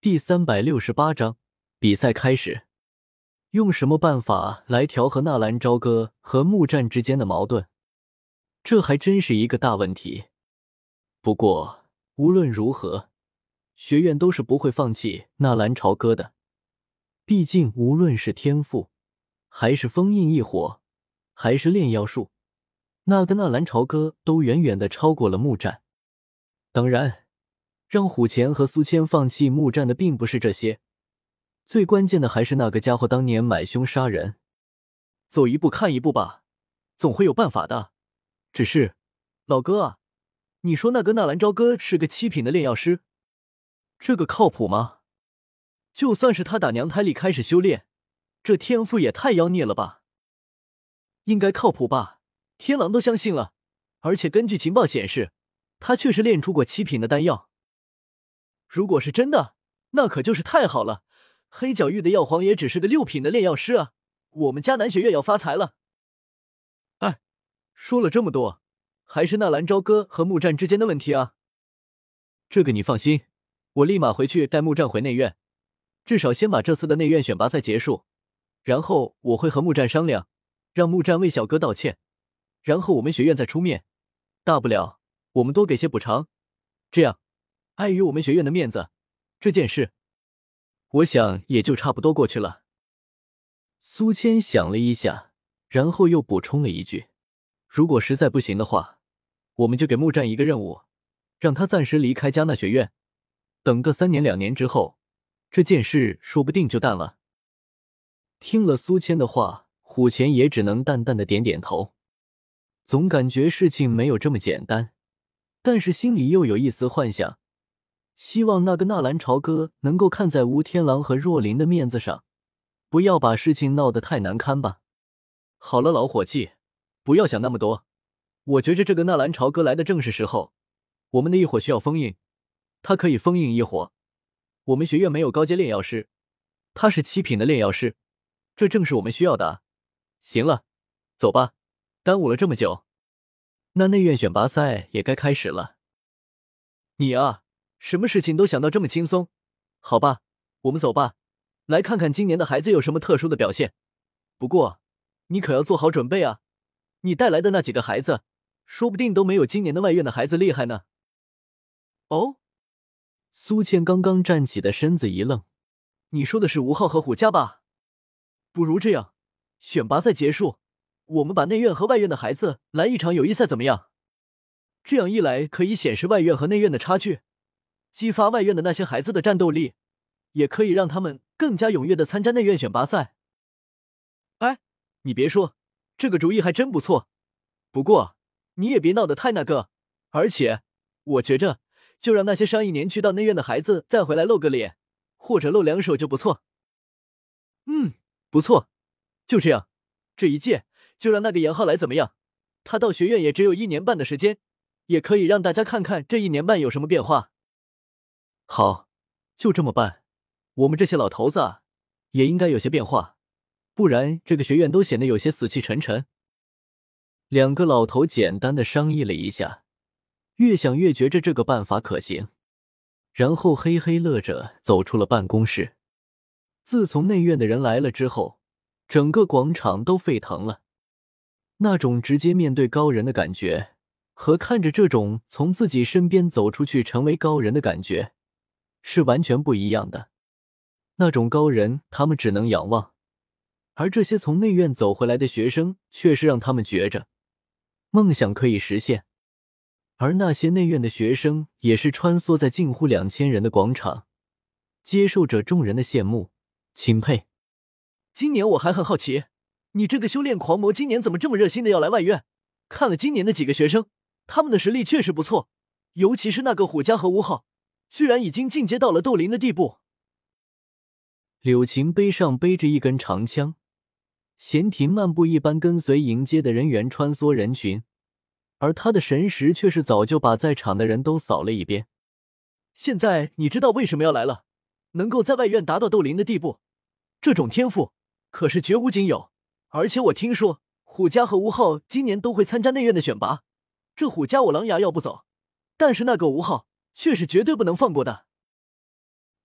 第368章比赛开始。用什么办法来调和纳兰朝歌和木战之间的矛盾？这还真是一个大问题。不过无论如何，学院都是不会放弃纳兰朝歌的。毕竟无论是天赋，还是封印异火，还是炼药术，那个纳兰朝歌都远远地超过了木战。当然，让虎钳和苏谦放弃木战的并不是这些，最关键的还是那个家伙当年买凶杀人。走一步看一步吧，总会有办法的。只是，老哥啊，你说那个纳兰朝歌是个7品的炼药师，这个靠谱吗？就算是他打娘胎里开始修炼，这天赋也太妖孽了吧？应该靠谱吧？天狼都相信了，而且根据情报显示，他确实炼出过7品的丹药。如果是真的，那可就是太好了。黑角域的药皇也只是个6品的炼药师啊，我们迦南学院要发财了。哎，说了这么多，还是纳兰朝歌和木战之间的问题啊。这个你放心，我立马回去带木战回内院，至少先把这次的内院选拔赛结束，然后我会和木战商量，让木战为小哥道歉，然后我们学院再出面，大不了我们多给些补偿，这样碍于我们学院的面子，这件事我想也就差不多过去了。苏谦想了一下，然后又补充了一句，如果实在不行的话，我们就给木战一个任务，让他暂时离开迦纳学院，等个3年2年之后，这件事说不定就淡了。听了苏谦的话，虎钳也只能淡淡的点点头，总感觉事情没有这么简单，但是心里又有一丝幻想，希望那个纳兰朝歌能够看在吴天狼和若琳的面子上，不要把事情闹得太难堪吧。好了，老伙计，不要想那么多，我觉着这个纳兰朝歌来的正是时候，我们的异火需要封印，他可以封印异火，我们学院没有高阶炼药师，他是7品的炼药师，这正是我们需要的啊。行了，走吧，耽误了这么久，那内院选拔赛也该开始了。你啊，什么事情都想到这么轻松。好吧，我们走吧，来看看今年的孩子有什么特殊的表现。不过，你可要做好准备啊，你带来的那几个孩子，说不定都没有今年的外院的孩子厉害呢。哦？苏倩刚刚站起的身子一愣，你说的是吴昊和虎家吧？不如这样，选拔赛结束，我们把内院和外院的孩子来一场友谊赛怎么样？这样一来可以显示外院和内院的差距，激发外院的那些孩子的战斗力，也可以让他们更加踊跃地参加内院选拔赛。哎，你别说，这个主意还真不错。不过你也别闹得太那个，而且我觉着就让那些上1年去到内院的孩子再回来露个脸，或者露2手就不错。不错，就这样，这一届就让那个严浩来怎么样？他到学院也只有1年半的时间，也可以让大家看看这1年半有什么变化。好，就这么办。我们这些老头子啊，也应该有些变化，不然这个学院都显得有些死气沉沉。2个老头简单的商议了一下，越想越觉着这个办法可行，然后嘿嘿乐着走出了办公室。自从内院的人来了之后，整个广场都沸腾了。那种直接面对高人的感觉，和看着这种从自己身边走出去成为高人的感觉，是完全不一样的。那种高人他们只能仰望，而这些从内院走回来的学生却是让他们觉着梦想可以实现。而那些内院的学生也是穿梭在近乎2000人的广场，接受着众人的羡慕钦佩。今年我还很好奇，你这个修炼狂魔今年怎么这么热心的要来外院？看了今年的几个学生，他们的实力确实不错，尤其是那个虎家和吴昊，居然已经进阶到了斗灵的地步。柳琴背上背着一根长枪，闲庭漫步一般跟随迎接的人员穿梭人群，而他的神识却是早就把在场的人都扫了一遍。现在你知道为什么要来了？能够在外院达到斗灵的地步，这种天赋可是绝无仅有。而且我听说虎家和吴昊今年都会参加内院的选拔，这虎家我狼牙要不走，但是那个吴昊却是绝对不能放过的。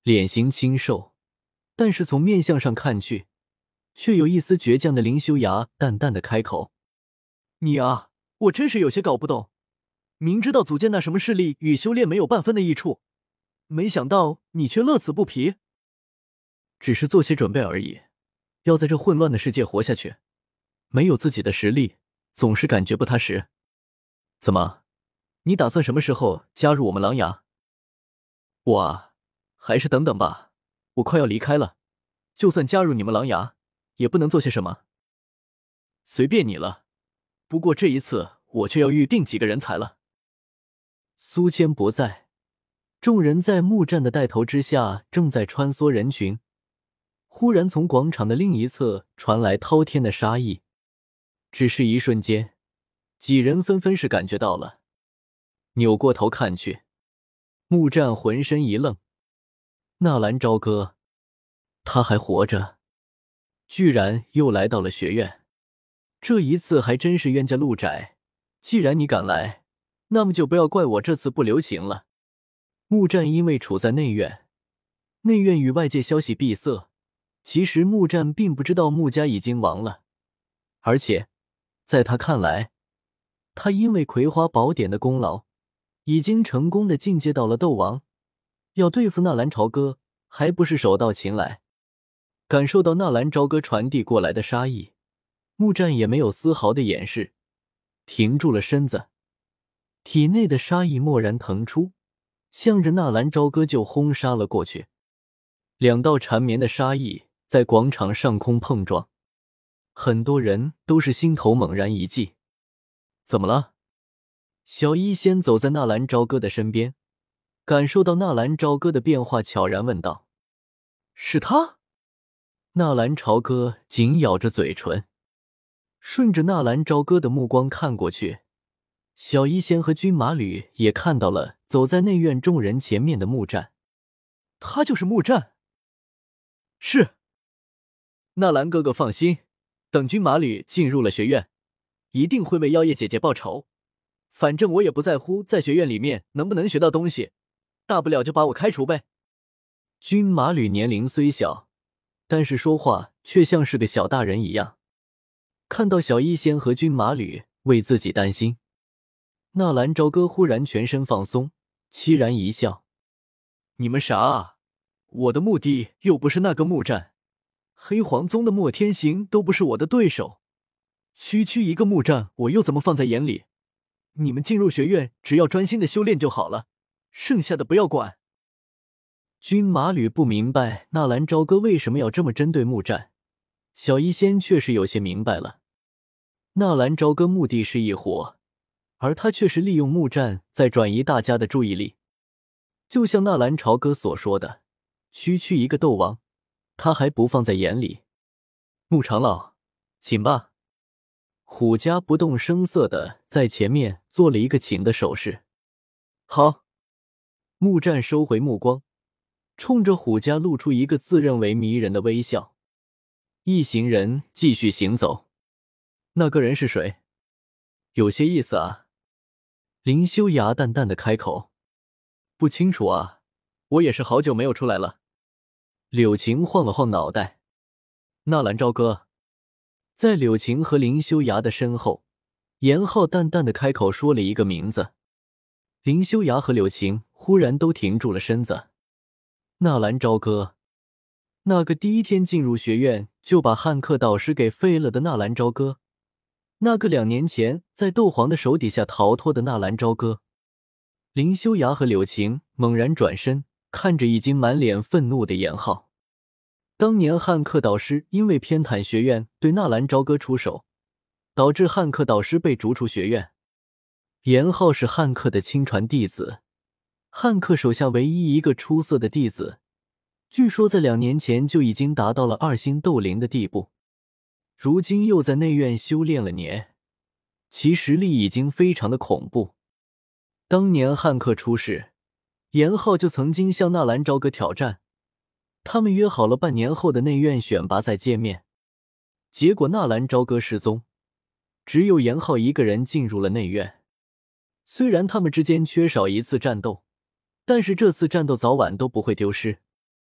脸型清瘦，但是从面相上看去，却有一丝倔强的林修崖淡淡的开口：“你啊，我真是有些搞不懂。明知道组建那什么势力与修炼没有半分的益处，没想到你却乐此不疲。只是做些准备而已，要在这混乱的世界活下去，没有自己的实力，总是感觉不踏实。怎么，你打算什么时候加入我们狼牙？我啊，还是等等吧，我快要离开了，就算加入你们狼牙，也不能做些什么。随便你了，不过这一次我却要预定几个人才了。”苏谦不在，众人在木战的带头之下正在穿梭人群。忽然从广场的另一侧传来滔天的杀意，只是一瞬间，几人纷纷是感觉到了，扭过头看去，木战浑身一愣，纳兰朝歌，他还活着，居然又来到了学院。这一次还真是冤家路窄，既然你敢来，那么就不要怪我这次不留情了。木战因为处在内院，内院与外界消息闭塞，其实木战并不知道穆家已经亡了，而且在他看来，他因为葵花宝典的功劳，已经成功的进阶到了斗王，要对付纳兰朝歌还不是手到擒来。感受到纳兰朝歌传递过来的杀意，木战也没有丝毫的掩饰，停住了身子，体内的杀意蓦然腾出，向着纳兰朝歌就轰杀了过去。两道缠绵的杀意在广场上空碰撞，很多人都是心头猛然一悸。怎么了？小医仙走在纳兰朝歌的身边，感受到纳兰朝歌的变化，悄然问道：“是他？”纳兰朝歌紧咬着嘴唇，顺着纳兰朝歌的目光看过去，小医仙和军马吕也看到了走在内院众人前面的木战。他就是木战。是。纳兰哥哥放心，等军马吕进入了学院，一定会为妖夜姐姐报仇。反正我也不在乎在学院里面能不能学到东西，大不了就把我开除呗。军马吕年龄虽小，但是说话却像是个小大人一样。看到小医仙和军马吕为自己担心，纳兰朝歌忽然全身放松，凄然一笑：“你们傻啊？我的目的又不是那个木战，黑黄宗的莫天行都不是我的对手，区区一个木战我又怎么放在眼里？你们进入学院只要专心的修炼就好了，剩下的不要管。”军马吕不明白纳兰朝歌为什么要这么针对木战，小医仙却是有些明白了。纳兰朝歌目的是一伙，而他却是利用木战在转移大家的注意力。就像纳兰朝歌所说的，区区一个斗王，他还不放在眼里。穆长老，请吧。虎家不动声色的在前面做了一个请的手势。好。木战收回目光，冲着虎家露出一个自认为迷人的微笑。一行人继续行走。那个人是谁？有些意思啊。林修崖淡淡的开口。不清楚啊，我也是好久没有出来了。柳晴晃了晃脑袋。纳兰朝歌。在柳晴和林修崖的身后，严浩淡淡的开口说了一个名字。林修崖和柳晴忽然都停住了身子。纳兰朝歌，那个第一天进入学院就把汉克导师给废了的纳兰朝歌，那个2年前在斗皇的手底下逃脱的纳兰朝歌。林修崖和柳晴猛然转身，看着已经满脸愤怒的严浩。当年汉克导师因为偏袒学院对纳兰朝歌出手，导致汉克导师被逐出学院。严浩是汉克的亲传弟子，汉克手下唯一一个出色的弟子，据说在2年前就已经达到了2星斗灵的地步，如今又在内院修炼了年，其实力已经非常的恐怖。当年汉克出事，严浩就曾经向纳兰朝歌挑战，他们约好了半年后的内院选拔赛见面，结果纳兰朝歌失踪，只有严浩一个人进入了内院。虽然他们之间缺少一次战斗，但是这次战斗早晚都不会丢失。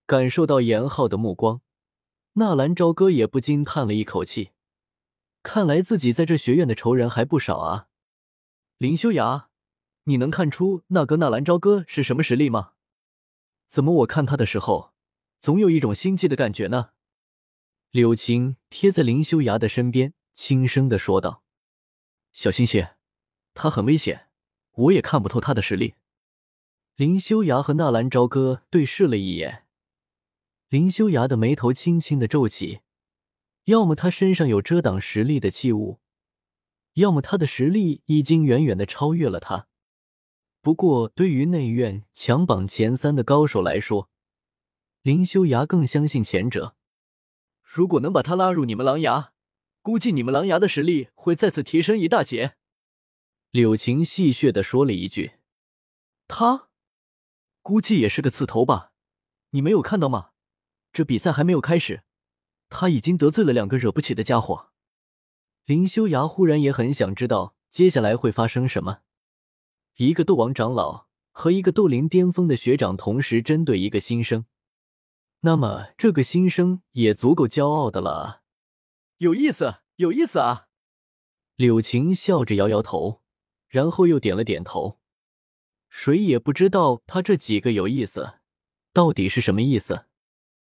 感受到严浩的目光，纳兰朝歌也不禁叹了一口气，看来自己在这学院的仇人还不少啊。林修崖，你能看出那个纳兰朝歌是什么实力吗？怎么我看他的时候，总有一种心悸的感觉呢？柳晴贴在林修崖的身边，轻声地说道：“小心些，他很危险，我也看不透他的实力。”林修崖和纳兰朝歌对视了一眼，林修崖的眉头轻轻地皱起，要么他身上有遮挡实力的器物，要么他的实力已经远远地超越了他。不过对于内院强榜前3的高手来说，林修崖更相信前者。如果能把他拉入你们狼牙，估计你们狼牙的实力会再次提升一大截。柳晴戏谑地说了一句。他估计也是个刺头吧，你没有看到吗？这比赛还没有开始，他已经得罪了2个惹不起的家伙。林修崖忽然也很想知道接下来会发生什么。一个斗王长老和一个斗灵巅峰的学长同时针对一个新生，那么这个新生也足够骄傲的了啊！有意思，有意思啊！柳晴笑着摇摇头，然后又点了点头。谁也不知道他这几个有意思到底是什么意思。